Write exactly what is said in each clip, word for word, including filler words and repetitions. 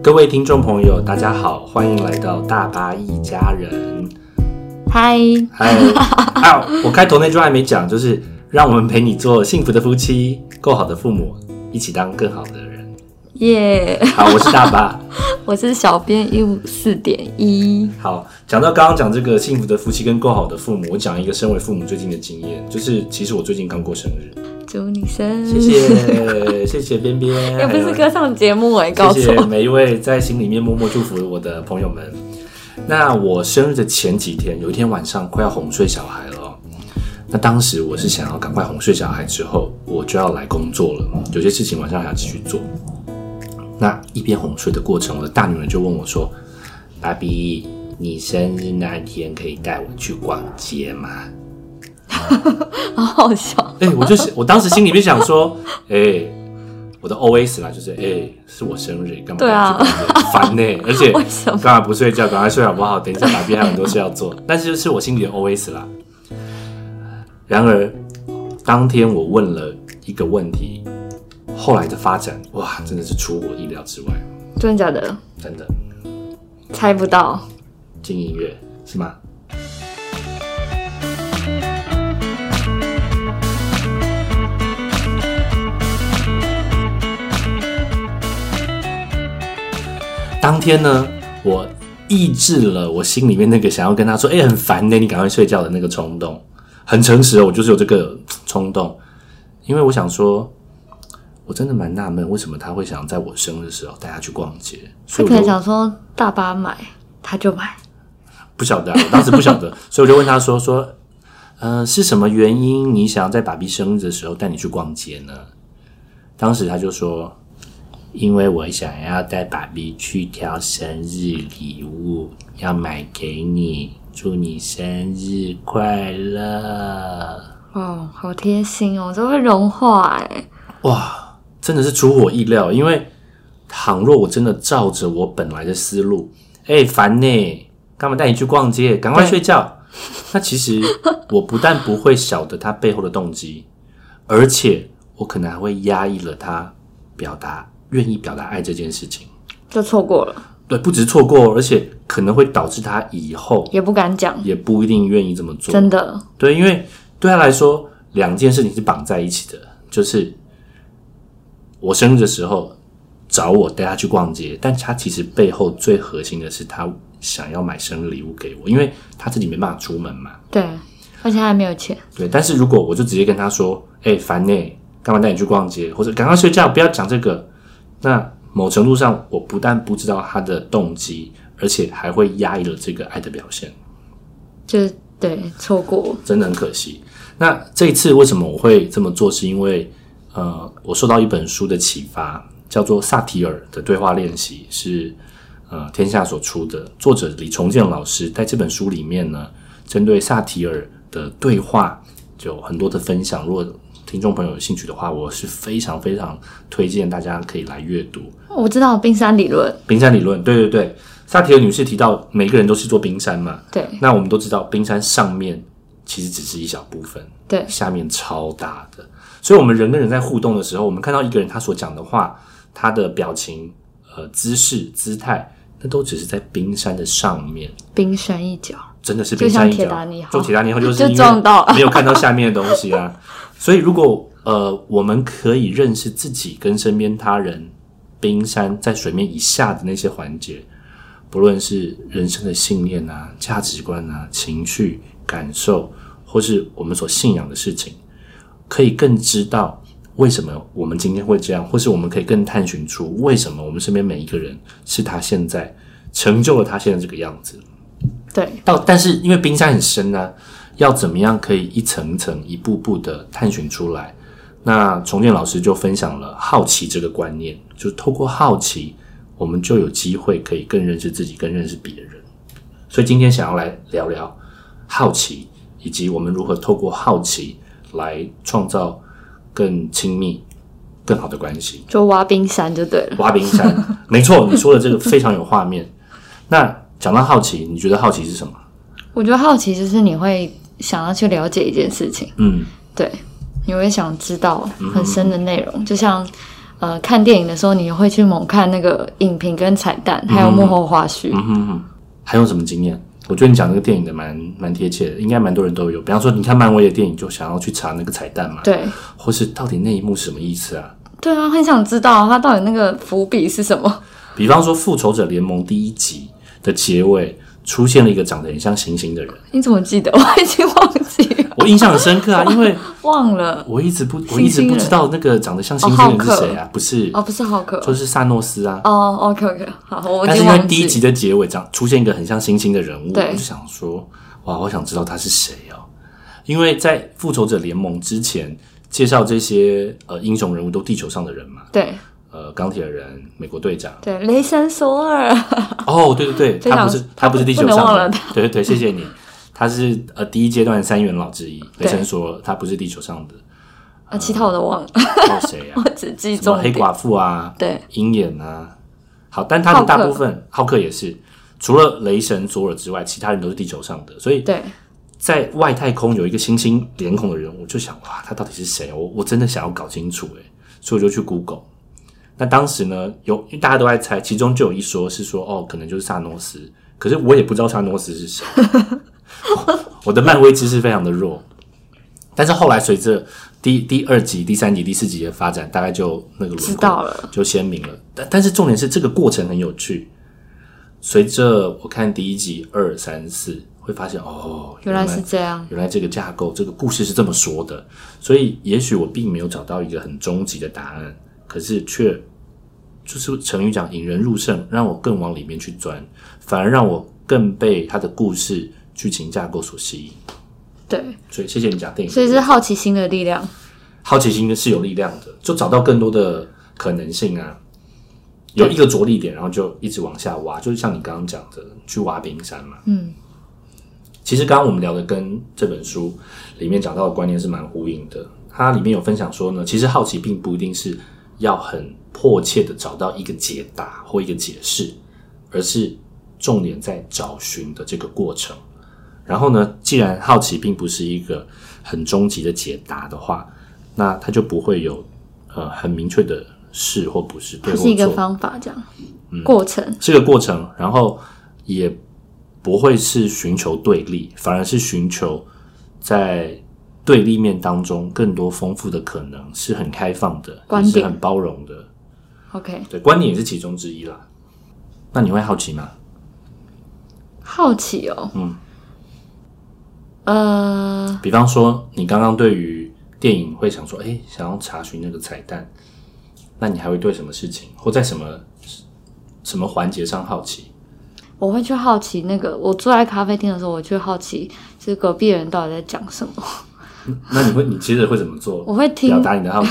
各位听众朋友大家好，欢迎来到大巴一家人。 嗨嗨啊！我开头那句话还没讲，就是让我们陪你做幸福的夫妻，够好的父母，一起当更好的人。 耶、yeah ！ 好，我是大巴， 我是小编一五四点一。 好，讲到刚刚讲这个幸福的夫妻跟够好的父母，我讲一个身为父母最近的经验，就是其实我最近刚过生日。 祝你生日！ 谢谢谢谢边边， 又不是歌唱节目哎，告诉我。 谢谢每一位在心里面默默祝福我的朋友们。那我生日的前几天，有一天晚上快要哄睡小孩了、哦，那当时我是想要赶快哄睡小孩之后，我就要来工作了，有些事情晚上还要继续做。那一边哄睡的过程，我的大女儿就问我说：“爸比，你生日那天可以带我去逛街吗？” 好好笑！ 哎、欸，我就我当时心里面想说，哎、欸，我的 O S 啦，就是哎、欸，是我生日，干嘛要去逛街？烦呢、欸！而且干嘛不睡觉？赶快睡好不好？等一下爸比还有很多事要做。但是就是我心里的 O S 啦。然而，当天我问了一个问题，后来的发展，哇，真的是出我意料之外。 真的假的？ 真的。 猜不到。 进音乐是吗？当天呢，我抑制了我心里面那个想要跟他说，哎、欸，很烦的，你赶快睡觉的那个冲动。很诚实哦，我就是有这个冲动，因为我想说，我真的蛮纳闷，为什么他会想在我生日的时候带他去逛街？ 他可能想说大巴买，他就买。 不晓得、啊，我当时不晓得，所以我就问他说说，呃，是什么原因你想要在爸比生日的时候带你去逛街呢？当时他就说，因为我想要带爸比去挑生日礼物，要买给你，祝你生日快乐。 哦，好贴心哦，这会融化哎。 哇，真的是出乎我意料，因为倘若我真的照着我本来的思路，哎，烦呢，干嘛带你去逛街？赶快睡觉。那其实我不但不会晓得他背后的动机，而且我可能还会压抑了他表达愿意表达爱这件事情， 就错过了。 对，不只错过，而且可能会导致他以后也不敢讲， 也不一定愿意这么做。 真的， 对，因为对他来说，两件事情是绑在一起的，就是我生日的时候找我带他去逛街，但他其实背后最核心的是他想要买生日礼物给我，因为他自己没办法出门嘛。 对，而且他还没有钱。 对，但是如果我就直接跟他说：“哎、欸，烦呢，干嘛带你去逛街？或者赶快睡觉，不要讲这个。”那某程度上，我不但不知道他的动机，而且还会压抑了这个爱的表现， 就是对错过， 真的很可惜。那这一次为什么我会这么做？是因为呃，我受到一本书的启发，叫做萨提尔的对话练习，是呃天下所出的，作者李重建老师在这本书里面呢，针对萨提尔的对话就有很多的分享。如果听众朋友有兴趣的话，我是非常非常推荐大家可以来阅读。 我知道冰山理论， 冰山理论，对对对，萨提尔女士提到每个人都是做冰山嘛， 对。 那我们都知道，冰山上面其实只是一小部分， 对， 下面超大的。所以，我们人跟人在互动的时候，我们看到一个人他所讲的话，他的表情、呃姿势、姿态，那都只是在冰山的上面， 冰山一角。 真的是冰山一角， 就像铁达尼号， 就铁达尼号就是就撞到没有看到下面的东西啊。所以如果呃我们可以认识自己跟身边他人冰山在水面以下的那些环节，不论是人生的信念啊、价值观啊、情绪、感受，或是我们所信仰的事情，可以更知道为什么我们今天会这样，或是我们可以更探寻出为什么我们身边每一个人是他现在成就了他现在这个样子。 对， 到但是因为冰山很深啊，要怎么样可以一层一层、一步步的探寻出来？那重建老师就分享了好奇这个观念，就是透过好奇，我们就有机会可以更认识自己，更认识别人。所以今天想要来聊聊好奇，以及我们如何透过好奇来创造更亲密、更好的关系。 就挖冰山就对了， 挖冰山，没错，你说的这个非常有画面。那讲到好奇，你觉得好奇是什么？ 我觉得好奇就是你会想要去了解一件事情， 嗯， 对，你会想知道很深的内容，嗯、就像呃看电影的时候，你会去猛看那个影评跟彩蛋，还有幕后花絮。 嗯哼哼，还有什么经验？我觉得你讲那个电影的蛮蛮贴切的，应该蛮多人都有。比方说，你看漫威的电影，就想要去查那个彩蛋嘛， 对， 或是到底那一幕是什么意思啊？ 对啊，很想知道他到底那个伏笔是什么。 比方说，《复仇者联盟》第一集的结尾出现了一个长得很像星星的人， 你怎么记得？我已经忘记了。 我印象很深刻啊，因为忘了， 我一直不，我一直不知道那个长得像星星的人是谁啊？不是哦，不是浩克， 就是萨诺斯啊。 哦 ，OK OK， 好，我已但是经忘记。 因为第一集的结尾长出现一个很像星星的人物， 对我就想说，哇，我想知道他是谁哦。因为在复仇者联盟之前介绍这些呃英雄人物都地球上的人嘛， 对， 呃，钢铁人、美国队长， 对，雷神索尔。 哦，对对对， 非常他不是他不是地球上的， 不能忘了他对对对，谢谢你。他是呃第一阶段三元老之一，雷神索尔，他不是地球上的。 啊，其他我都忘了。 还有谁啊？ 我只记什么重点。 黑寡妇啊， 对， 鹰眼啊。好，但他的大部分浩克也是，除了雷神索尔之外，其他人都是地球上的，所以对， 在外太空有一个星星脸孔的人，我就想哇，他到底是谁？我我真的想要搞清楚诶，所以我就去 Google。那当时呢，有因为大家都在猜，其中就有一说是说哦，可能就是萨诺斯，可是我也不知道萨诺斯是谁，我的漫威知识非常的弱。但是后来随着第第二集、第三集、第四集的发展，大概就那个知道了， 就鲜明了。但但是重点是这个过程很有趣。随着我看第一集、二、三、四，会发现哦， 原来是这样， 原来这个架构、这个故事是这么说的。所以也许我并没有找到一个很终极的答案，可是却就是成语讲引人入胜，让我更往里面去钻，反而让我更被他的故事剧情架构所吸引。 对， 所以谢谢你讲电影， 所以是好奇心的力量。 好奇心是有力量的，就找到更多的可能性啊。有一个着力点，然后就一直往下挖，就是像你刚刚讲的，去挖冰山嘛。 嗯， 其实刚刚我们聊的跟这本书里面讲到的观念是蛮呼应的。它里面有分享说呢，其实好奇并不一定是要很迫切的找到一个解答或一个解释，而是重点在找寻的这个过程。然后呢，既然好奇并不是一个很终极的解答的话，那它就不会有呃很明确的是或不是，对或错。 它是一个方法，这样、嗯、过程是个过程，然后也不会是寻求对立，反而是寻求在对立面当中更多丰富的可能，是很开放的， 观点也是很包容的。 OK， 对，观点也是其中之一啦。那你会好奇吗？ 好奇哦， 嗯。 呃， 比方说，你刚刚对于电影会想说，哎，想要查询那个彩蛋，那你还会对什么事情或在什么什么环节上好奇？ 我会去好奇那个，我坐在咖啡厅的时候，我去好奇，就是隔壁人到底在讲什么。 那你会，你其实会怎么做？ 我会听表达你的好奇。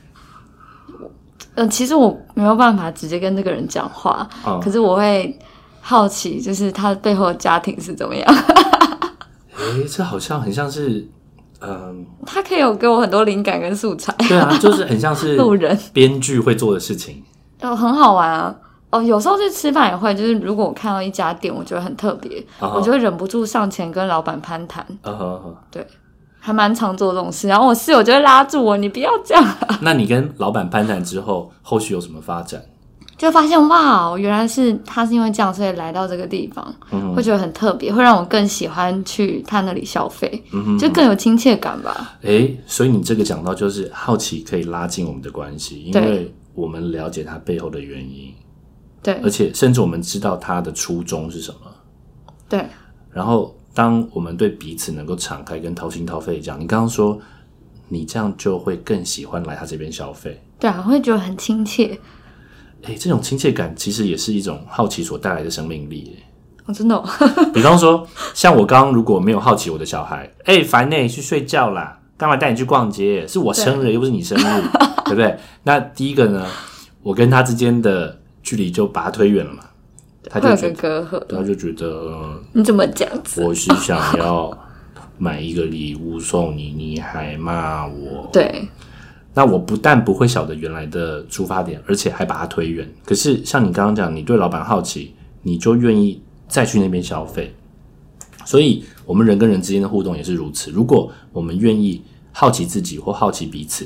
呃，其实我没有办法直接跟这个人讲话、嗯，可是我会好奇，就是他背后的家庭是怎么样。 诶，这好像很像是，嗯， 他可以有给我很多灵感跟素材。 对啊，就是很像是路人编剧会做的事情。 哦，很好玩啊。哦，有时候去吃饭也会，就是如果我看到一家店，我觉得很特别， uh-huh. 我就会忍不住上前跟老板攀谈。 Uh-huh, uh-huh. 对，还蛮常做这种事。然后我室友就会拉住我，你不要这样、啊。 那你跟老板攀谈之后，后续有什么发展？ 就发现哇，原来是他是因为这样，所以来到这个地方，嗯、会觉得很特别，会让我更喜欢去他那里消费、嗯，就更有亲切感吧。 诶，所以你这个讲到就是好奇可以拉近我们的关系，因为我们了解他背后的原因， 对， 而且甚至我们知道他的初衷是什么， 对。 然后当我们对彼此能够敞开跟掏心掏肺讲，你刚刚说你这样就会更喜欢来他这边消费， 对啊，会觉得很亲切。 欸，这种亲切感其实也是一种好奇所带来的生命力。 哦，真的哦。 比方说，像我刚刚如果没有好奇我的小孩，哎、欸，烦欸，去睡觉啦，干嘛带你去逛街？是我生日又不是你生日，对不对？那第一个呢，我跟他之间的距离就把他推远了嘛，他就觉得隔阂， 他就觉得、呃、 你怎么这样子？ 我是想要买一个礼物送你，你还骂我， 对。 那我不但不会晓得原来的出发点，而且还把它推远。可是像你刚刚讲，你对老板好奇，你就愿意再去那边消费。所以我们人跟人之间的互动也是如此。如果我们愿意好奇自己或好奇彼此，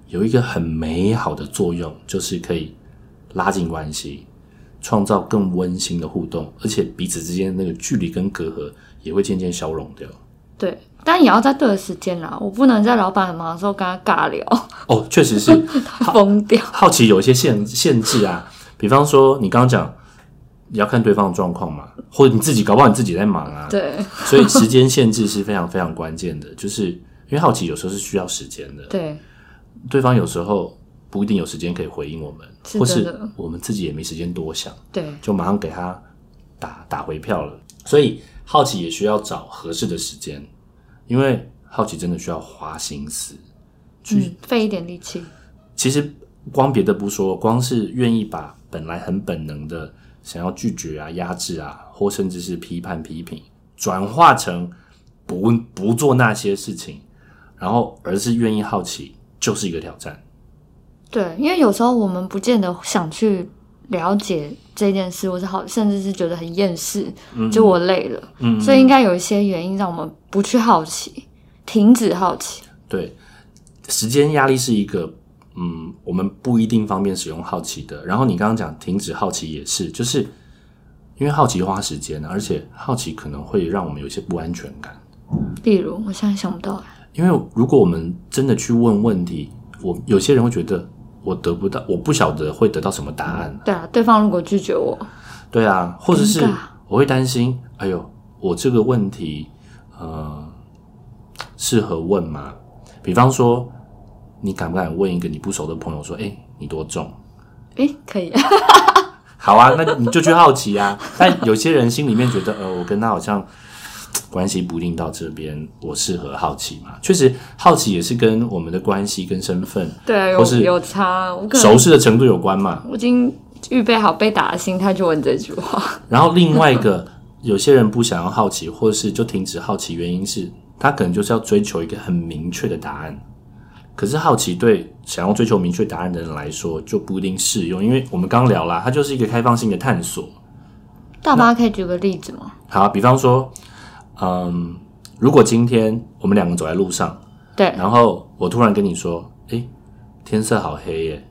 有一个很美好的作用，就是可以拉近关系，创造更温馨的互动，而且彼此之间的那个距离跟隔阂也会渐渐消融掉。 对，但也要在对的时间啦，我不能在老板很忙的时候跟他尬聊。 哦，确实是疯掉。 好奇有一些限限制啊，比方说你刚刚讲，你要看对方的状况嘛，或者你自己搞不好你自己在忙啊。 对， 所以时间限制是非常非常关键的，就是因为好奇有时候是需要时间的。 对， 对方有时候不一定有时间可以回应我们， 是或是我们自己也没时间多想， 对， 就马上给他打打回票了。所以好奇也需要找合适的时间，因为好奇真的需要花心思去、 嗯、费一点力气。 其实光别的不说，光是愿意把本来很本能的想要拒绝啊、压制啊，或甚至是批判、批评，转化成不不做那些事情，然后而是愿意好奇，就是一个挑战。 对，因为有时候我们不见得想去了解这件事，或是好，甚至是觉得很厌世，嗯、就我累了，嗯，所以应该有一些原因让我们不去好奇，停止好奇。 对，时间压力是一个，嗯，我们不一定方便使用好奇的。然后你刚刚讲停止好奇也是，就是因为好奇花时间，而且好奇可能会让我们有一些不安全感。 例如，我现在想不到。 因为如果我们真的去问问题，我有些人会觉得我得不到，我不晓得会得到什么答案。 对啊，对方如果拒绝我， 对啊，或者是我会担心，哎呦，我这个问题，呃，适合问吗？比方说，你敢不敢问一个你不熟的朋友说，哎、欸，你多重？ 哎、欸，可以。 好啊，那你就去好奇啊。但有些人心里面觉得，呃，我跟他好像关系不一定到这边，我适合好奇嘛？确实，好奇也是跟我们的关系跟身份， 对啊，有有差， 熟识的程度有关嘛。 我已经预备好被打的心态去问这句话。 然后另外一个，有些人不想要好奇，或是就停止好奇，原因是他可能就是要追求一个很明确的答案。可是好奇对想要追求明确答案的人来说就不一定适用，因为我们刚聊啦，它就是一个开放性的探索。 大巴可以举个例子吗？ 好，比方说，嗯，如果今天我们两个走在路上， 对， 然后我突然跟你说，诶，天色好黑耶，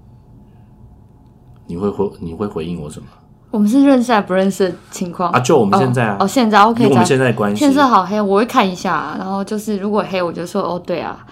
你会回你会回应我什么？ 我们是认识还不认识的情况啊？就我们现在啊， 哦，哦现在 OK， 因为我们现在的关系， 天色好黑，我会看一下，然后就是如果黑，我就说哦，对啊。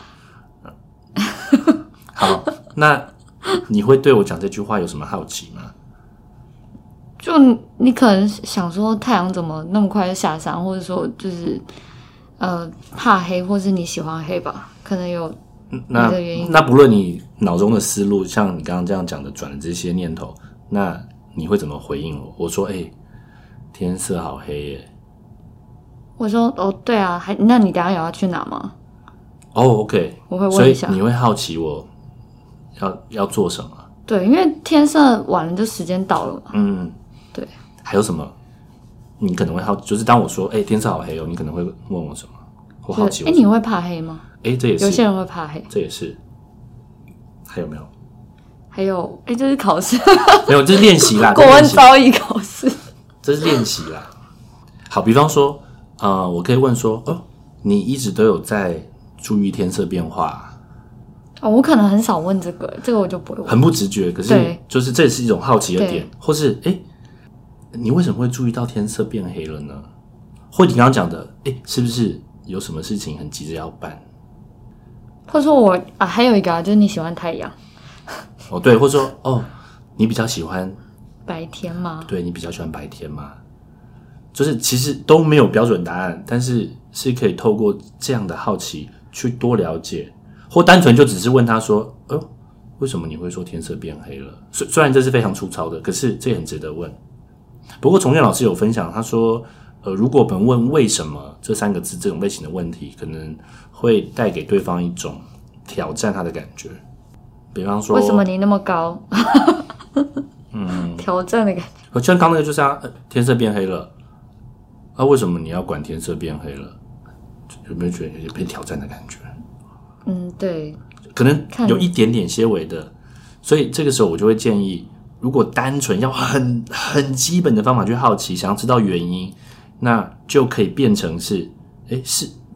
好，那你会对我讲这句话有什么好奇吗？ 就你可能想说太阳怎么那么快就下山，或者说就是呃怕黑，或是你喜欢黑吧，可能有你的原因。 那, 那不论你脑中的思路，像你刚刚这样讲的转的这些念头，那你会怎么回应我？我说，哎、欸，天色好黑耶。 我说，哦，对啊，还那你等一下有要去哪吗？ 哦 ，OK， 我会问一下。 所以你会好奇我要要做什么？ 对，因为天色晚了，就时间到了嘛。 嗯， 对。 还有什么？你可能会好，就是当我说，哎、欸，天色好黑哦，你可能会问我什么？或好奇我什么？ 哎、欸，你会怕黑吗？ 哎、欸，这也是。 有些人会怕黑， 这也是。还有没有？ 还有，哎、欸，这是考试。 没有，这是练习啦。 国文造诣考试。 这是练习啦。好，比方说，呃，我可以问说，哦，你一直都有在注意天色变化、啊？ 哦，我可能很少问这个，这个我就不会问。 很不直觉，可是就是这也是一种好奇的点，或是哎，你为什么会注意到天色变黑了呢？或你刚刚讲的，哎，是不是有什么事情很急着要办？ 或者说我啊，还有一个啊，就是你喜欢太阳。 哦，对，或者说哦，你比较喜欢白天吗？ 对，你比较喜欢白天吗？就是其实都没有标准答案，但是是可以透过这样的好奇去多了解。或单纯就只是问他说，哦，为什么你会说天色变黑了？虽虽然这是非常粗糙的，可是这也很值得问。不过崇彦老师有分享，他说，呃，如果我们问为什么这三个字这种类型的问题，可能会带给对方一种挑战他的感觉。比方说， 为什么你那么高？嗯，挑战的感觉。 像刚那个就是啊，呃、天色变黑了，啊，为什么你要管天色变黑了？有没有觉得有些被挑战的感觉？ 嗯，对， 可能有一点点些微的，所以这个时候我就会建议，如果单纯要很很基本的方法去好奇，想要知道原因，那就可以变成是，哎，是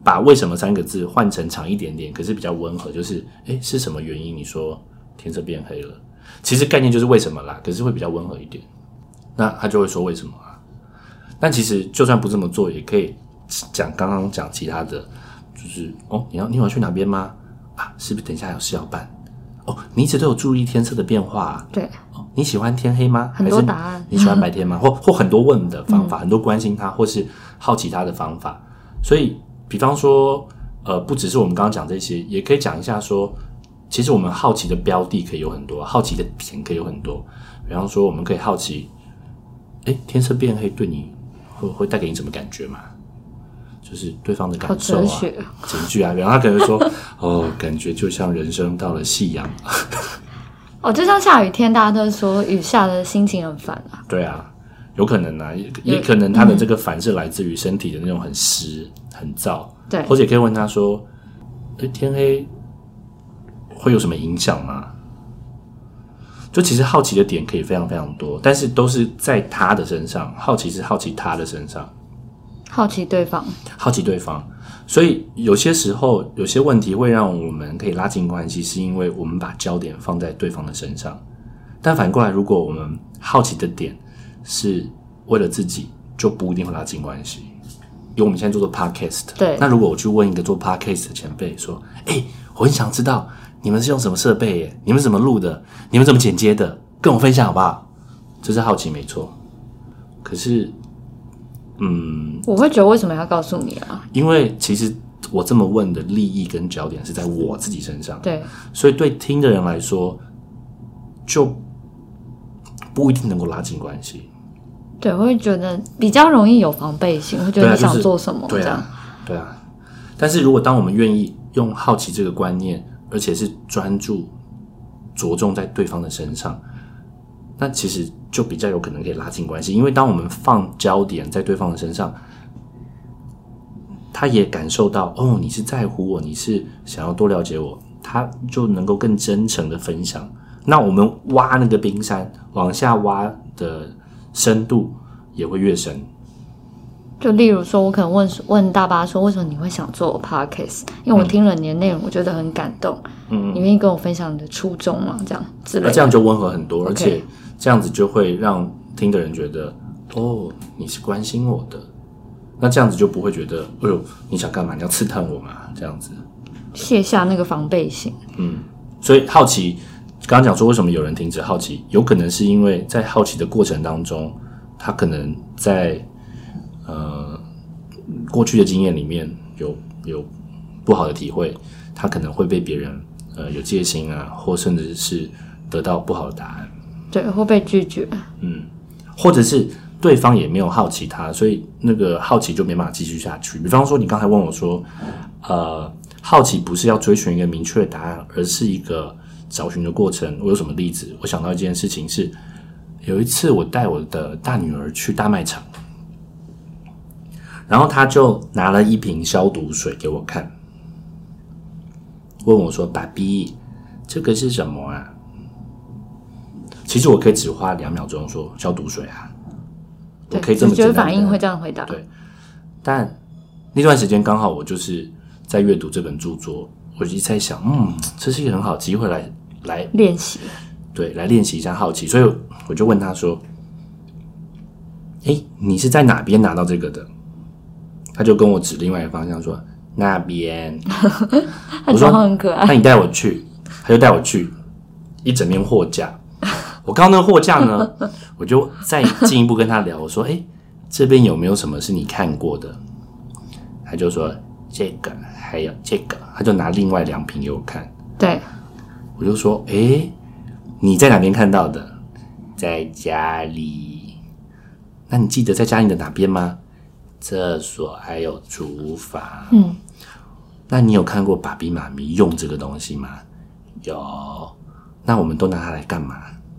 把为什么三个字换成长一点点，可是比较温和，就是诶是什么原因你说天色变黑了？其实概念就是为什么啦，可是会比较温和一点。那他就会说为什么啊？但其实就算不这么做，也可以讲刚刚讲其他的，就是哦，你要你有要去哪边吗？啊，是不是等一下有事要办？哦，你一直都有注意天色的变化、啊。 对。 哦，你喜欢天黑吗？ 很多答案。 你喜欢白天吗？或或很多问的方法、嗯，很多关心他或是好奇他的方法。所以，比方说，呃，不只是我们刚刚讲这些，也可以讲一下说，其实我们好奇的标的可以有很多，好奇的点可以有很多。比方说，我们可以好奇，哎，天色变黑对你会会带给你什么感觉吗？就是对方的感受啊，情绪啊，然后他可能说，哦，感觉就像人生到了夕阳。 哦，就像下雨天，大家都说雨下的心情很烦啊。 对啊，有可能啊，也也可能他的这个烦是来自于身体的那种很湿、很燥。 对， 或者也可以问他说，诶，天黑会有什么影响吗？就其实好奇的点可以非常非常多，但是都是在他的身上，好奇是好奇他的身上。 好奇对方， 好奇对方，所以有些时候有些问题会让我们可以拉近关系，是因为我们把焦点放在对方的身上。但反过来，如果我们好奇的点是为了自己，就不一定会拉近关系。因为我们现在做做 podcast， 对， 那如果我去问一个做 podcast 的前辈说：“哎、欸，我很想知道你们是用什么设备耶？你们怎么录的？你们怎么剪接的？跟我分享好不好？”这是好奇，没错。可是。嗯， 我会觉得为什么要告诉你啊？ 因为其实我这么问的利益跟焦点是在我自己身上， 对， 所以对听的人来说，就不一定能够拉近关系。 对，我会觉得比较容易有防备心，会觉得你想做什么、 就是、 这样。 对啊，但是如果当我们愿意用好奇这个观念，而且是专注着重在对方的身上，那其实就比较有可能可以拉近关系，因为当我们放焦点在对方的身上，他也感受到哦，你是在乎我，你是想要多了解我，他就能够更真诚的分享。那我们挖那个冰山，往下挖的深度也会越深。 就例如说，我可能问问大巴说，为什么你会想做 podcast？ 因为我听了你的内容，我觉得很感动。嗯，你愿意跟我分享你的初衷吗？这样之类的， 那这样就温和很多， okay. 而且这样子就会让听的人觉得，哦，你是关心我的。那这样子就不会觉得，哎呦，你想干嘛？你要刺探我嘛？这样子卸下那个防备心。 嗯，所以好奇，刚刚讲说为什么有人停止好奇，有可能是因为在好奇的过程当中，他可能在呃过去的经验里面有有不好的体会，他可能会被别人呃有戒心啊，或甚至是得到不好的答案， 对，会被拒绝， 嗯，或者是对方也没有好奇他，所以那个好奇就没办法继续下去。比方说，你刚才问我说，呃，好奇不是要追寻一个明确的答案，而是一个找寻的过程。我有什么例子？我想到一件事情是，有一次我带我的大女儿去大卖场，然后她就拿了一瓶消毒水给我看，问我说：“爸比，这个是什么啊？”其实我可以只花两秒钟说消毒水啊，我可以这么简单的， 直觉反应会这样回答。 对，但那段时间刚好我就是在阅读这本著作，我一直在想，嗯，这是一个很好的机会来来练习， 对，来练习一下好奇，所以我就问他说：“诶，你是在哪边拿到这个的？”他就跟我指另外一个方向说：“那边。”我说：“ 很可爱。” 那你带我去，他就带我去一整面货架。我看到那个货架呢，我就再进一步跟他聊，我说：“诶，这边有没有什么是你看过的？”他就说：“这个还有这个。”他就拿另外两瓶给我看。 对， 我就说：“诶，你在哪边看到的？”在家里。那你记得在家里的哪边吗？厕所还有厨房。嗯，那你有看过爸比妈咪用这个东西吗？有。那我们都拿它来干嘛？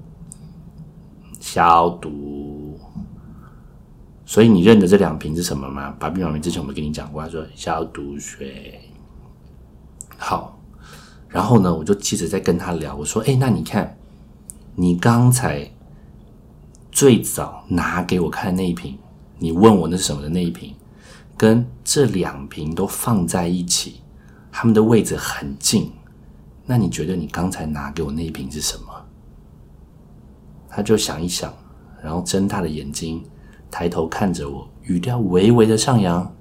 消毒。所以你认得这两瓶是什么吗？爸比妈咪之前我们跟你讲过，他说消毒水。好，然后呢，我就接着再跟他聊，我说：“诶，那你看，你刚才最早拿给我看那一瓶，你问我那是什么的那一瓶， 跟这两瓶都放在一起，它们的位置很近，那你觉得你刚才拿给我那一瓶是什么？他就想一想，然后睁大了眼睛，抬头看着我，语调微微的上扬，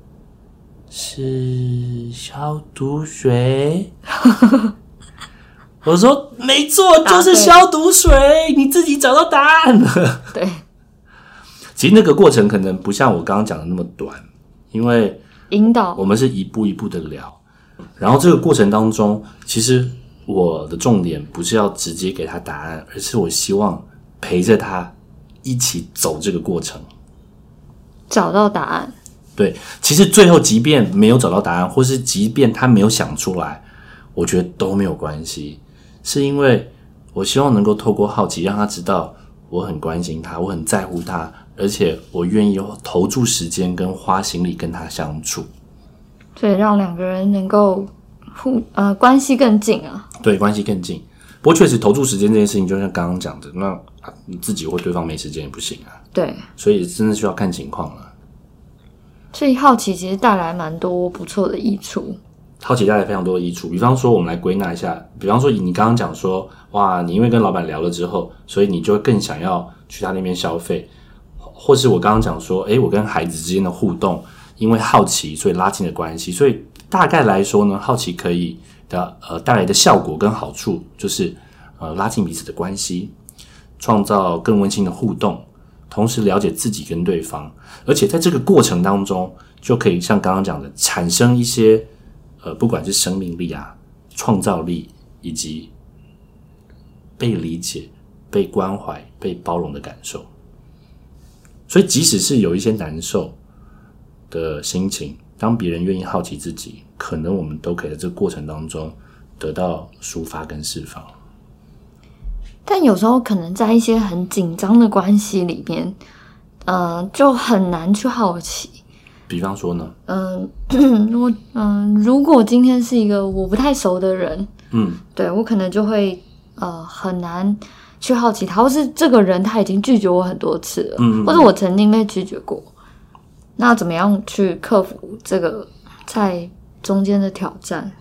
是消毒水。我说没错，就是消毒水，你自己找到答案了。 对， 其实那个过程可能不像我刚刚讲的那么短，因为引导我们是一步一步的聊，然后这个过程当中，其实我的重点不是要直接给他答案，而是我希望陪着他一起走这个过程， 找到答案。 对，其实最后即便没有找到答案，或是即便他没有想出来，我觉得都没有关系，是因为我希望能够透过好奇让他知道我很关心他，我很在乎他，而且我愿意投注时间跟花心力跟他相处， 所以让两个人能够互呃关系更近啊。 对，关系更近。不过确实投注时间这件事情，就像刚刚讲的，那、啊、你自己或对方没时间也不行啊。 对， 所以真的需要看情况了。 所以好奇其实带来蛮多不错的益处。 好奇带来非常多的益处，比方说我们来归纳一下，比方说你刚刚讲说，哇，你因为跟老板聊了之后，所以你就会更想要去他那边消费，或是我刚刚讲说，诶，我跟孩子之间的互动，因为好奇所以拉近了关系，所以大概来说呢，好奇可以的呃带来的效果跟好处就是呃拉近彼此的关系，创造更温馨的互动，同时了解自己跟对方，而且在这个过程当中，就可以像刚刚讲的，产生一些呃，不管是生命力啊、创造力，以及被理解、被关怀、被包容的感受。所以，即使是有一些难受的心情，当别人愿意好奇自己，可能我们都可以在这个过程当中得到抒发跟释放。 但有时候可能在一些很紧张的关系里面，呃，就很难去好奇。 比方说呢？ 嗯、呃，如果嗯、呃，如果今天是一个我不太熟的人， 嗯， 对我可能就会呃很难去好奇他，或是这个人他已经拒绝我很多次了，嗯，或者我曾经被拒绝过，那怎么样去克服这个在中间的挑战？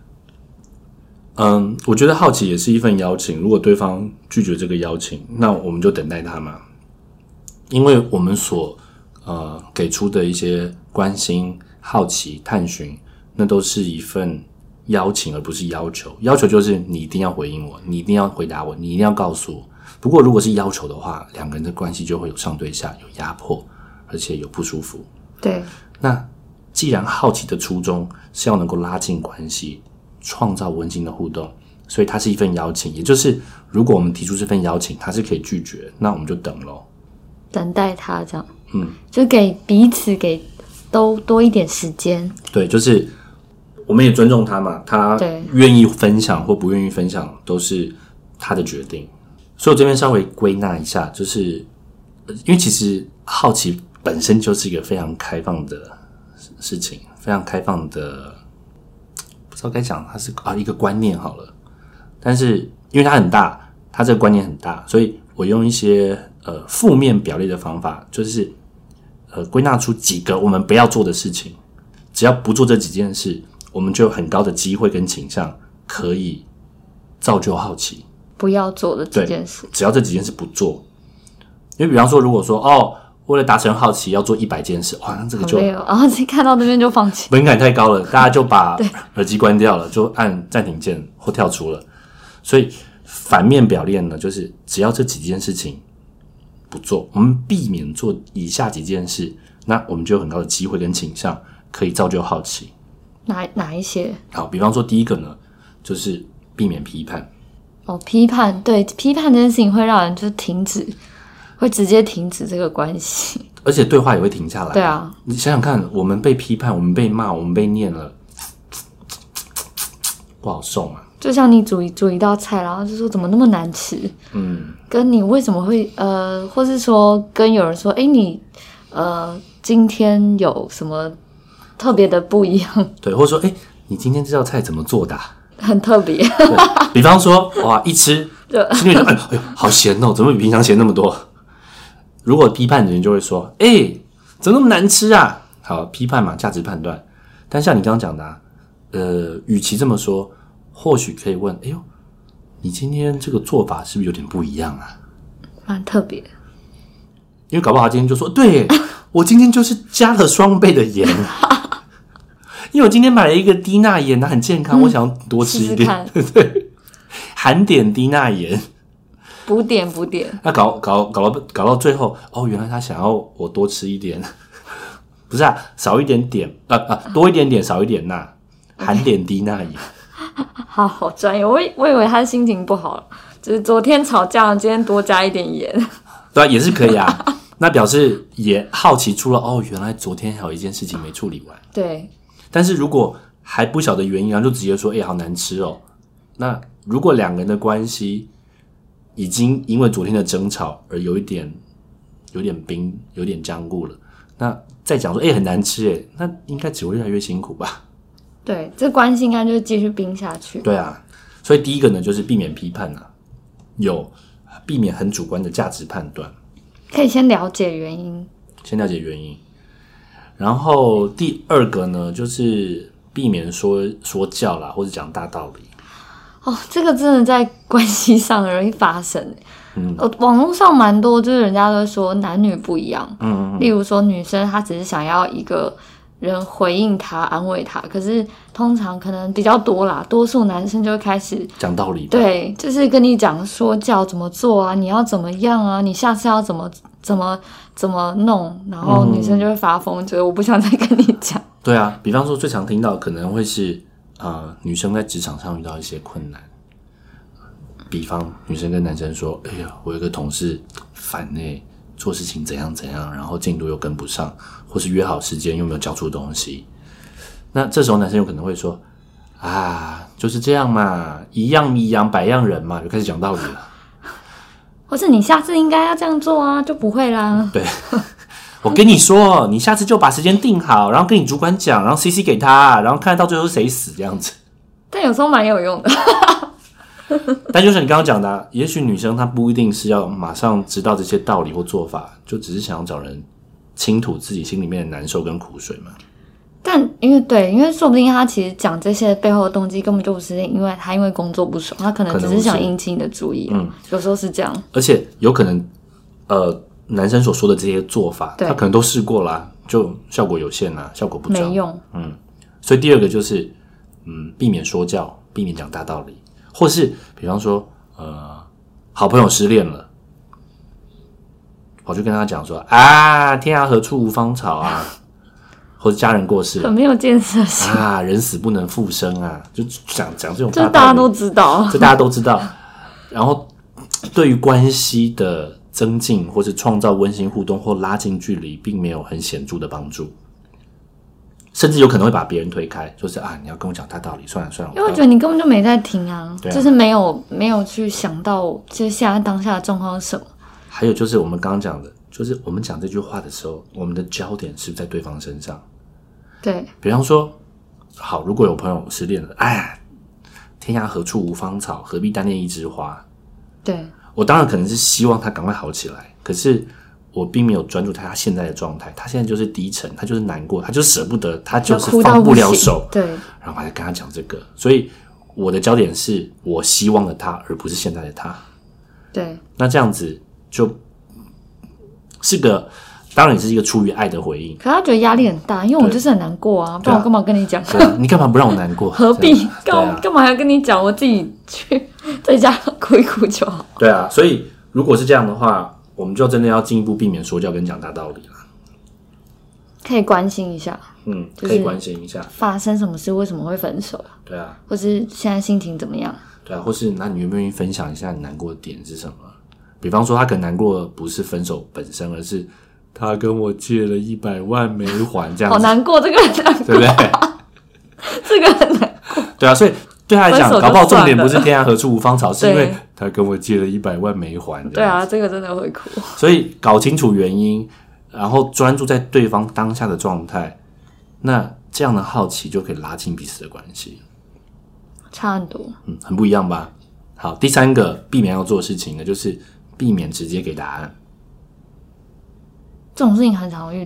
嗯，我觉得好奇也是一份邀请。如果对方拒绝这个邀请，那我们就等待他嘛，因为我们所呃给出的一些关心、好奇、探寻，那都是一份邀请，而不是要求。要求就是你一定要回应我，你一定要回答我，你一定要告诉我。不过如果是要求的话，两个人的关系就会有上对下，有压迫，而且有不舒服。 对。 那既然好奇的初衷是要能够拉近关系，创造温馨的互动，所以它是一份邀请。也就是如果我们提出这份邀请，他是可以拒绝，那我们就等咯， 等待他这样。 嗯， 就给彼此给都多一点时间。对， 就是我们也尊重他嘛，他愿意分享或不愿意分享都是他的决定。所以我这边稍微归纳一下，就是因为其实好奇本身就是一个非常开放的事情，非常开放的，不知道该讲它是啊一个观念好了。但是因为它很大，它这个观念很大，所以我用一些呃负面表列的方法，就是呃归纳出几个我们不要做的事情。只要不做这几件事，我们就有很高的机会跟倾向可以造就好奇。 不要做的几件事， 只要这几件事不做，因为比方说，如果说哦，为了达成好奇要做一百件事，哇，那这个就没有，然后看到那边就放弃， 门槛太高了，大家就把耳机关掉了，就按暂停键或跳出了。所以反面表列呢，就是只要这几件事情不做，我们避免做以下几件事，那我们就有很高的机会跟倾向可以造就好奇。 哪哪一些？ 好，比方说第一个呢，就是避免批判。 哦，批判，对，批判这件事情会让人就停止，会直接停止这个关系， 而且对话也会停下来。 对啊， 你想想看，我们被批判，我们被骂，我们被念了，不好受嘛。 就像你煮一煮一道菜，然后就说怎么那么难吃，嗯，跟你为什么会呃，或是说跟有人说，哎，你呃今天有什么特别的不一样？ 对，或者说，哎，你今天这道菜怎么做的啊？ 很特别。 比方说，哇，一吃心里就哎呦，好咸哦，怎么比平常咸那么多？如果批判的人就会说，哎，怎么那么难吃啊？ 好，批判嘛，价值判断。但像你刚刚讲的、啊，呃，与其这么说，或许可以问，哎呦，你今天这个做法是不是有点不一样啊？ 蛮特别的。 因为搞不好他今天就说，对，我今天就是加了双倍的盐。因为我今天买了一个低钠盐，它很健康，嗯、我想要多吃一点，试试对，含碘低钠盐， 补点补点。 那搞搞搞到搞到最后，哦，原来他想要我多吃一点，不是啊，少一点点，啊啊，多一点点，少一点钠，含碘低钠盐。 好好专业，我我以为他心情不好，就是昨天吵架，今天多加一点盐。 对啊，也是可以啊。那表示也好奇出了，哦，原来昨天还有一件事情没处理完。 对。 但是如果还不晓得原因，然后就直接说，哎、欸，好难吃哦。那如果两个人的关系已经因为昨天的争吵而有一点、有点冰、有点僵固了，那再讲说，哎、欸，很难吃，哎，那应该只会越来越辛苦吧？ 对，这关系应该就继续冰下去。 对啊，所以第一个呢，就是避免批判啊，有避免很主观的价值判断， 可以先了解原因， 先了解原因。然后第二个呢，就是避免说说教啦，或者讲大道理。 哦，这个真的在关系上很容易发生。 嗯， 呃，网络上蛮多，就是人家都说男女不一样。 嗯嗯嗯。 例如说，女生她只是想要一个人回应她、安慰她，可是通常可能比较多啦，多数男生就会开始讲道理。 对，就是跟你讲说教怎么做啊，你要怎么样啊，你下次要怎么怎么。怎么弄，然后女生就会发疯，觉得我不想再跟你讲。 对啊，比方说最常听到可能会是呃女生在职场上遇到一些困难，比方女生跟男生说，哎呀，我有个同事烦欸，做事情怎样怎样，然后进度又跟不上，或是约好时间又没有交出东西。那这时候男生有可能会说，啊，就是这样嘛，一样米养百样人嘛，就开始讲道理了。 或是你下次应该要这样做啊，就不会啦。对， 我跟你说，你下次就把时间定好，然后跟你主管讲，然后 C C 给他，然后看到最后谁死这样子。 但有时候蛮有用的。 但就是你刚刚讲的、啊，也许女生她不一定是要马上知道这些道理或做法，就只是想要找人倾吐自己心里面的难受跟苦水嘛。 但因为对，因为说不定他其实讲这些背后的动机根本就不是因为他因为工作不爽，他可能只是想引起你的注意。嗯，有时候是这样。而且有可能，呃，男生所说的这些做法，他可能都试过啦，就效果有限啦，效果不彰， 没用。 嗯，所以第二个就是，嗯，避免说教，避免讲大道理，或是比方说，呃，好朋友失恋了，我就跟他讲说啊，天涯何处无芳草啊。或者家人过世了， 很没有建设性啊！人死不能复生啊，就讲讲这种大道理， 这大家都知道， 这大家都知道。然后对于关系的增进，或是创造温馨互动或拉近距离，并没有很显著的帮助，甚至有可能会把别人推开，就是啊，你要跟我讲大道理，算了算了。 因为我觉得你根本就没在听啊， 啊就是没有没有去想到，就是现在当下的状况是什么。 还有就是我们刚刚讲的，就是我们讲这句话的时候，我们的焦点是不是在对方身上？ 对， 比方说，好，如果有朋友失恋了，哎，天涯何处无芳草，何必单恋一枝花？ 对， 我当然可能是希望他赶快好起来，可是我并没有专注他他现在的状态，他现在就是低沉，他就是难过，他就是舍不得，他就是放不了手， 对， 然后还在跟他讲这个，所以我的焦点是我希望的他，而不是现在的他。 对， 那这样子就是个。当然也是一个出于爱的回应， 可他觉得压力很大，因为我就是很难过啊，不然我干嘛跟你讲？ 对啊，你干嘛不让我难过？ 何必干嘛干嘛要跟你讲？我自己去在家哭一哭就好。 对啊，所以如果是这样的话，我们就真的要进一步避免说教跟讲大道理了。 可以关心一下， 嗯，可以关心一下发生什么事，为什么会分手？ 对啊， 或是现在心情怎么样？ 对啊，或是那你愿不愿意分享一下你难过的点是什么？比方说，他可能难过的不是分手本身，而是他跟我借了一百万没还，这样子好难过，这个很难过， 对不对？ 这个很难过。 对啊，所以对他来讲，搞不好重点不是天涯何处无芳草，是因为他跟我借了一百万没还。 对啊，这个真的会哭。 所以搞清楚原因，然后专注在对方当下的状态，那这样的好奇就可以拉近彼此的关系。 差很多， 嗯，很不一样吧？好，第三个避免要做的事情呢，就是避免直接给答案。 这种事情很常遇到啊。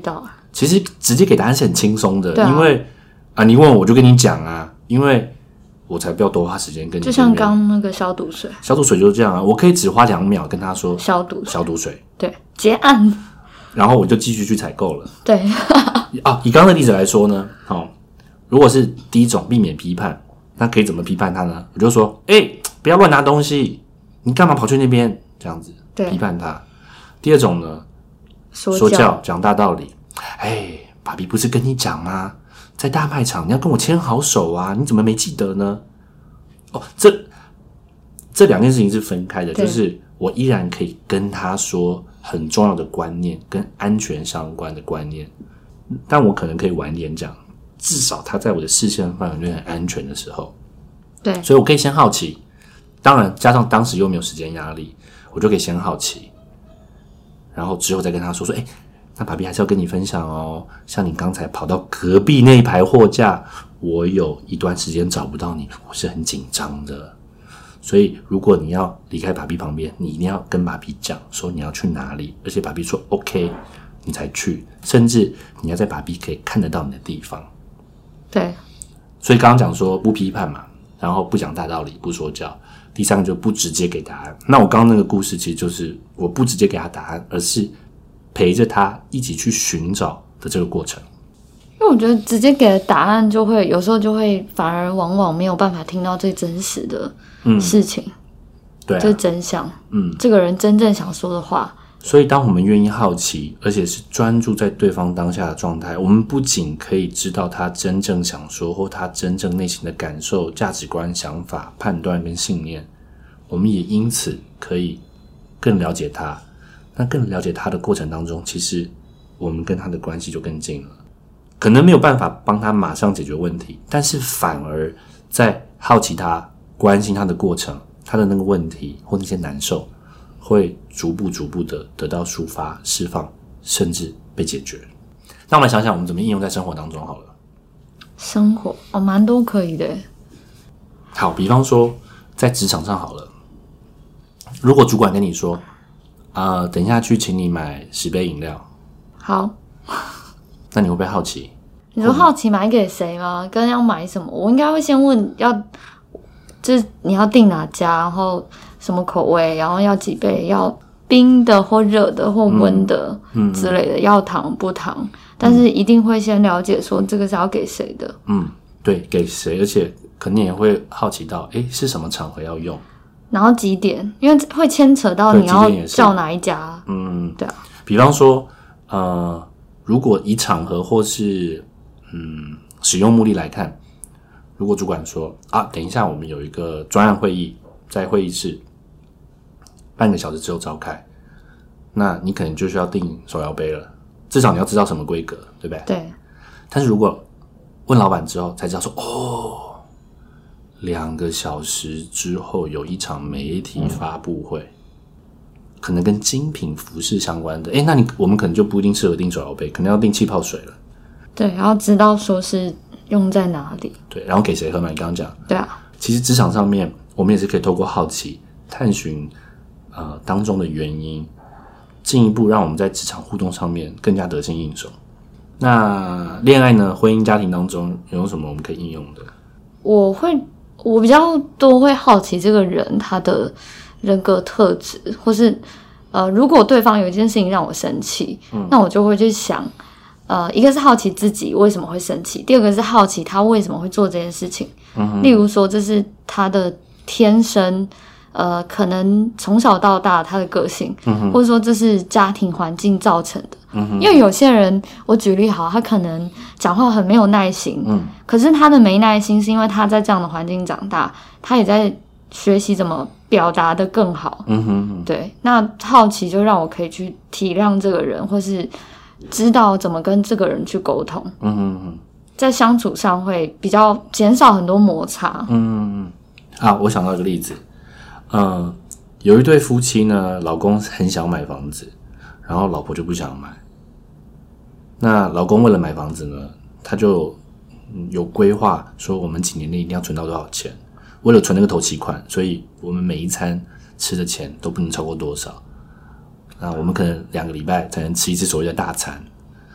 其实直接给答案是很轻松的， 啊、 因为啊，你问我我就跟你讲啊，因为我才不要多花时间跟你。 就像刚那个消毒水， 消毒水就是这样啊，我可以只花两秒跟他说消毒消毒水， 对，结案， 然后我就继续去采购了。 对， 啊，以刚刚的例子来说呢，哦，如果是第一种避免批判，那可以怎么批判他呢？我就说，哎、欸，不要乱拿东西，你干嘛跑去那边？这样子批判他。第二种呢，说教讲大道理，哎，爸比不是跟你讲吗？在大卖场你要跟我牵好手啊，你怎么没记得呢？哦，这这两件事情是分开的，就是我依然可以跟他说很重要的观念，跟安全相关的观念，但我可能可以晚一点讲，至少他在我的视线范围内很安全的时候， 对， 所以我可以先好奇，当然加上当时又没有时间压力，我就可以先好奇，然后之后再跟他说说，哎、欸。那爸比还是要跟你分享哦，像你刚才跑到隔壁那一排货架，我有一段时间找不到你，我是很紧张的。所以如果你要离开爸比旁边，你一定要跟爸比讲说你要去哪里，而且爸比说 OK 你才去，甚至你要在爸比可以看得到你的地方。 对， 所以刚刚讲说不批判嘛，然后不讲大道理，不说教，第三个就不直接给答案。那我刚刚那个故事其实就是我不直接给他答案，而是陪着他一起去寻找的这个过程。 因为我觉得直接给的答案就会有时候就会反而往往没有办法听到最真实的事情，嗯、 对、啊， 就是真相， 嗯， 这个人真正想说的话。 所以当我们愿意好奇，而且是专注在对方当下的状态，我们不仅可以知道他真正想说或他真正内心的感受、价值观、想法、判断跟信念，我们也因此可以更了解他。那更了解他的过程当中，其实我们跟他的关系就更近了。可能没有办法帮他马上解决问题，但是反而在好奇他、关心他的过程，他的那个问题或那些难受，会逐步逐步的得到抒发、释放，甚至被解决。那我们来想想，我们怎么应用在生活当中好了。 生活哦，蛮多可以的。 好，比方说在职场上好了，如果主管跟你说，啊、呃，等一下去请你买十杯饮料。 好， 那你会不会好奇？ 你说好奇买给谁吗？跟要买什么？我应该会先问要，就是你要订哪家，然后什么口味，然后要几杯，要冰的或热的或温的、嗯、之类的，要糖不糖？但是一定会先了解说这个是要给谁的。 嗯，对，给谁，而且肯定也会好奇到，诶，是什么场合要用？ 然后几点？因为会牵扯到你要叫哪一家。嗯，对啊。 比方说，呃，如果以场合或是嗯使用目的来看，如果主管说啊，等一下我们有一个专案会议在会议室，半个小时之后召开，那你可能就需要订手摇杯了，至少你要知道什么规格，对不对？ 对。 但是如果问老板之后才知道说，哦。两个小时之后有一场媒体发布会，可能跟精品服饰相关的，诶，那你我们可能就不一定适合订手摇杯，可能要订气泡水了。 对，然后知道说是用在哪里。 对，然后给谁喝嘛？你刚刚讲。 对啊。 其实职场上面，我们也是可以透过好奇探寻呃当中的原因，进一步让我们在职场互动上面更加得心应手。那恋爱呢？婚姻家庭当中有什么我们可以应用的？ 我会。我比较多会好奇这个人他的人格特质，或是呃，如果对方有一件事情让我生气，嗯、那我就会去想，呃，一个是好奇自己为什么会生气，第二个是好奇他为什么会做这件事情。嗯、例如说，这是他的天生，呃，可能从小到大他的个性，嗯、或者说这是家庭环境造成的。嗯、因为有些人，我举例好，他可能讲话很没有耐心，嗯、可是他的没耐心是因为他在这样的环境长大，他也在学习怎么表达得更好。嗯哼哼，对，那好奇就让我可以去体谅这个人，或是知道怎么跟这个人去沟通。嗯哼哼，在相处上会比较减少很多摩擦。嗯嗯嗯。啊，我想到一个例子，嗯，有一对夫妻呢，老公很想买房子。然后老婆就不想买，那老公为了买房子呢，他就有规划说我们几年内一定要存到多少钱，为了存那个头期款，所以我们每一餐吃的钱都不能超过多少，那我们可能两个礼拜才能吃一次所谓的大餐。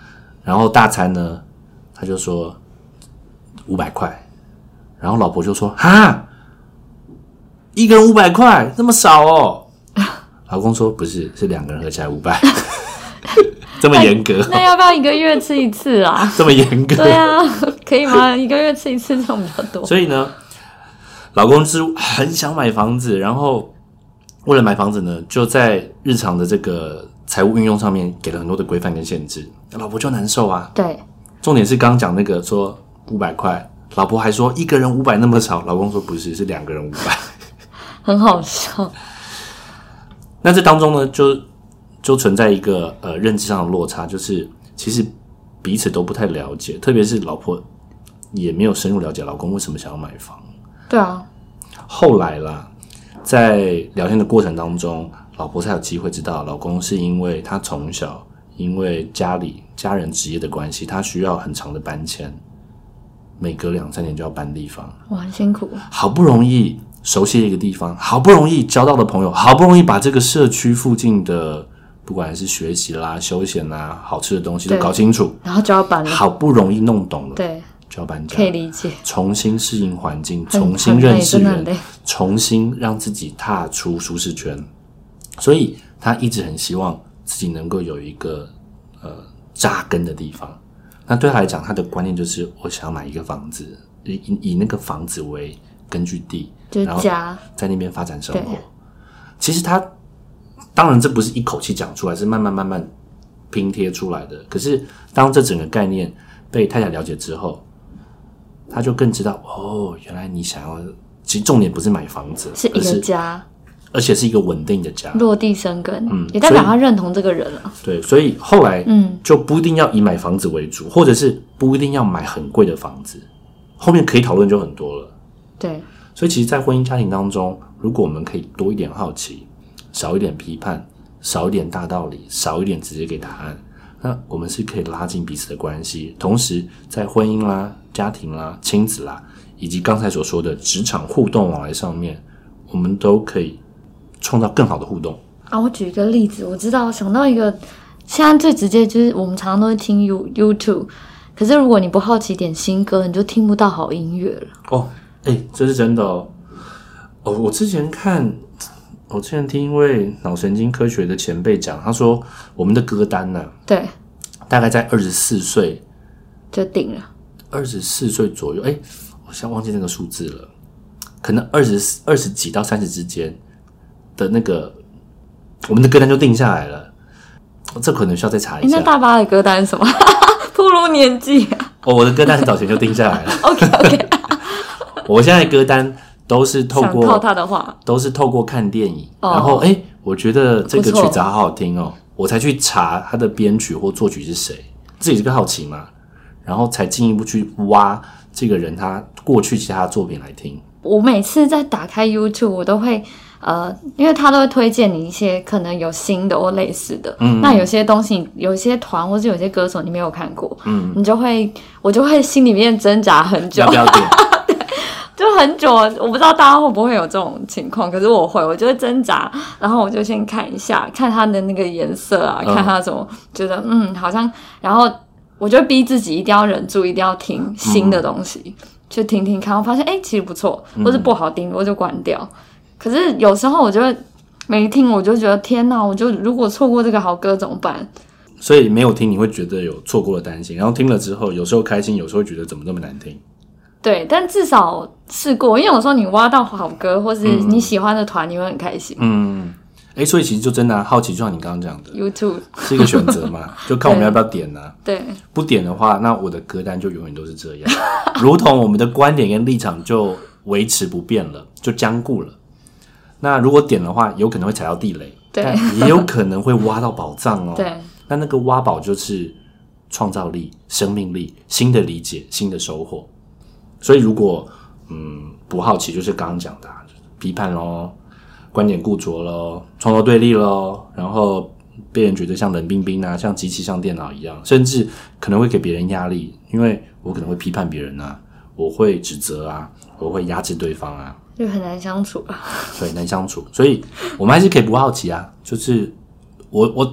然后大餐呢，他就说五百块，然后老婆就说哈，一个人五百块，那么少哦。老公说不是，是两个人合起来五百。这么严格、哦那，那要不要一个月吃一次啊？ 这么严格， 对啊，可以吗？一个月吃一次这种比较多。 所以呢，老公是很想买房子，然后为了买房子呢，就在日常的这个财务运用上面给了很多的规范跟限制，老婆就难受啊。 对， 重点是刚刚讲那个说五百块，老婆还说一个人五百那么少，老公说不是，是两个人五百， 很好笑。 那这当中呢，就就存在一个呃认知上的落差，就是其实彼此都不太了解，特别是老婆也没有深入了解老公为什么想要买房。 对啊， 后来啦，在聊天的过程当中，老婆才有机会知道，老公是因为他从小因为家里家人职业的关系，他需要很长的搬迁，每隔两三年就要搬地方， 哇，很辛苦。 好不容易熟悉了一个地方，好不容易交到的朋友，好不容易把这个社区附近的不管是学习啦、休闲啦、好吃的东西都搞清楚， 然后就要搬了， 好不容易弄懂了， 对， 就要搬家， 可以理解， 重新适应环境，重新认识人， 很重新让自己踏出舒适圈。所以他一直很希望自己能够有一个呃扎根的地方。那对他来讲，他的观念就是我想要买一个房子，以以那个房子为根据地， 就是家， 在那边发展生活。其实他。当然，这不是一口气讲出来，是慢慢慢慢拼贴出来的。可是，当这整个概念被太太了解之后，他就更知道哦，原来你想要，其实重点不是买房子， 是一个家， 而且是一个稳定的家， 落地生根， 嗯， 也代表他认同这个人了。 对，所以后来，嗯，就不一定要以买房子为主，或者是不一定要买很贵的房子，后面可以讨论就很多了。 对， 所以其实，在婚姻家庭当中，如果我们可以多一点好奇。少一点批判，少一点大道理，少一点直接给答案，那我们是可以拉近彼此的关系，同时在婚姻啦、家庭啦、亲子啦，以及刚才所说的职场互动往来上面，我们都可以创造更好的互动啊。我举一个例子，我知道想到一个，现在最直接就是我们常常都会听 YouTube， 可是如果你不好奇点新歌，你就听不到好音乐了。 哦，哎、欸，这是真的哦。哦，我之前看。我之前听一位脑神经科学的前辈讲，他说我们的歌单呢、啊， 对， 大概在二十四岁就定了， 二十四岁左右，哎，我现在忘记那个数字了，可能二十二十几到三十之间的那个，我们的歌单就定下来了。这可能需要再查一下。 那大巴的歌单是什么？暴露年纪啊！ 哦，我的歌单很早前就定下来了。 OK OK， 我现在的歌单。都是透过靠他的话， 都是透过看电影， 哦、 然后哎，我觉得这个曲子好好听哦，我才去查他的编曲或作曲是谁，自己是个好奇嘛，然后才进一步去挖这个人他过去其他的作品来听。 我每次在打开 YouTube， 我都会呃，因为他都会推荐你一些可能有新的或类似的，嗯，那有些东西，有些团或是有些歌手你没有看过，嗯，你就会我就会心里面挣扎很久， 要不要点？ 就很久，我不知道大家会不会有这种情况，可是我会，我就会挣扎，然后我就先看一下，看它的那个颜色啊，看它怎么，觉得嗯好像，然后我就逼自己一定要忍住，一定要听新的东西，嗯、去听听看，我发现哎其实不错，或是不好听，我就关掉。可是有时候我就会没听，我就觉得天哪，我就如果错过这个好歌怎么办？ 所以没有听，你会觉得有错过的担心，然后听了之后，有时候开心，有时候会觉得怎么这么难听。 对，但至少试过，因为有时候你挖到好歌，或是你喜欢的团，你会很开心。嗯， 哎，所以其实就真的、啊、好奇，就像你刚刚讲的 ，YouTube 是一个选择嘛，就看我们要不要点啊。 对， 不点的话，那我的歌单就永远都是这样，如同我们的观点跟立场就维持不变了，就僵固了。那如果点的话，有可能会踩到地雷，但也有可能会挖到宝藏哦。 对， 那那个挖宝就是创造力、生命力、新的理解、新的收获。所以如果嗯不好奇，就是刚刚讲的、啊、批判咯，观点固着咯，创造对立咯，然后被人觉得像冷冰冰啊，像机器像电脑一样，甚至可能会给别人压力，因为我可能会批判别人啊，我会指责啊，我会压制对方啊， 就很难相处啊。 对，难相处。所以我们还是可以不好奇啊，就是我我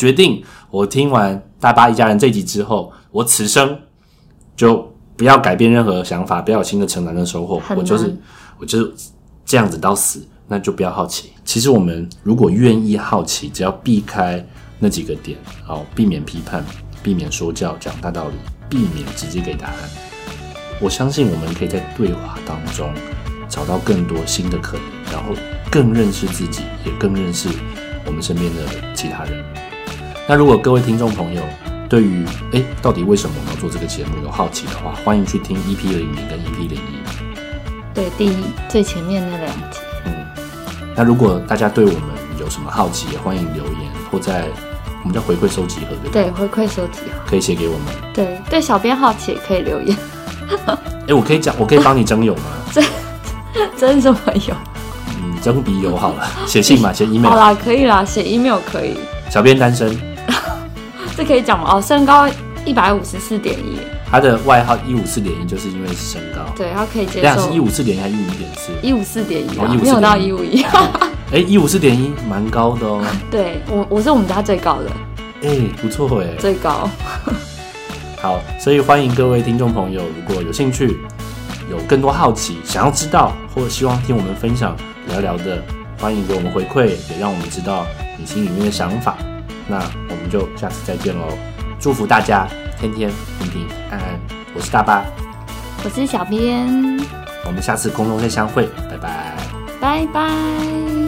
决定，我听完大巴一家人这集之后，我此生就不要改变任何想法，不要有新的成长跟收获，我就是我就是这样子到死，那就不要好奇。其实我们如果愿意好奇，只要避开那几个点，好，避免批判，避免说教讲大道理，避免直接给答案，我相信我们可以在对话当中找到更多新的可能，然后更认识自己，也更认识我们身边的其他人。那如果各位听众朋友对于诶到底为什么我们要做这个节目有好奇的话，欢迎去听 E P 零零 跟 E P 零一， 对，第一最前面那两集。 嗯，那如果大家对我们有什么好奇，也欢迎留言或在我们叫回馈收集盒，对不对？ 对，回馈收集盒可以写给我们。 对，对小编好奇也可以留言。 哎，我可以讲，我可以帮你征友吗？ 真真什么友？ 嗯，征笔友好了，写信嘛，写 email。 好啦，可以啦，写 email 可以。 小编单身， 这可以讲吗？哦，身高一百五十四点一。 他的外号一五四点一，就是因为是身高。 对，他可以接受。 这样是一五四点一还是一五一点四？ 一五四点一， 哦， 没有到一五一。 哎，一五四点一，蛮高的哦。 对，我我是我们家最高的。 哎，不错哎， 最高。 好，所以欢迎各位听众朋友，如果有兴趣，有更多好奇，想要知道或者希望听我们分享聊聊的，欢迎给我们回馈，也让我们知道你心里面的想法。那我们就下次再见喽！祝福大家天天平平安安。我是大巴， 我是小编， 我们下次空中再相会，拜拜， 拜拜。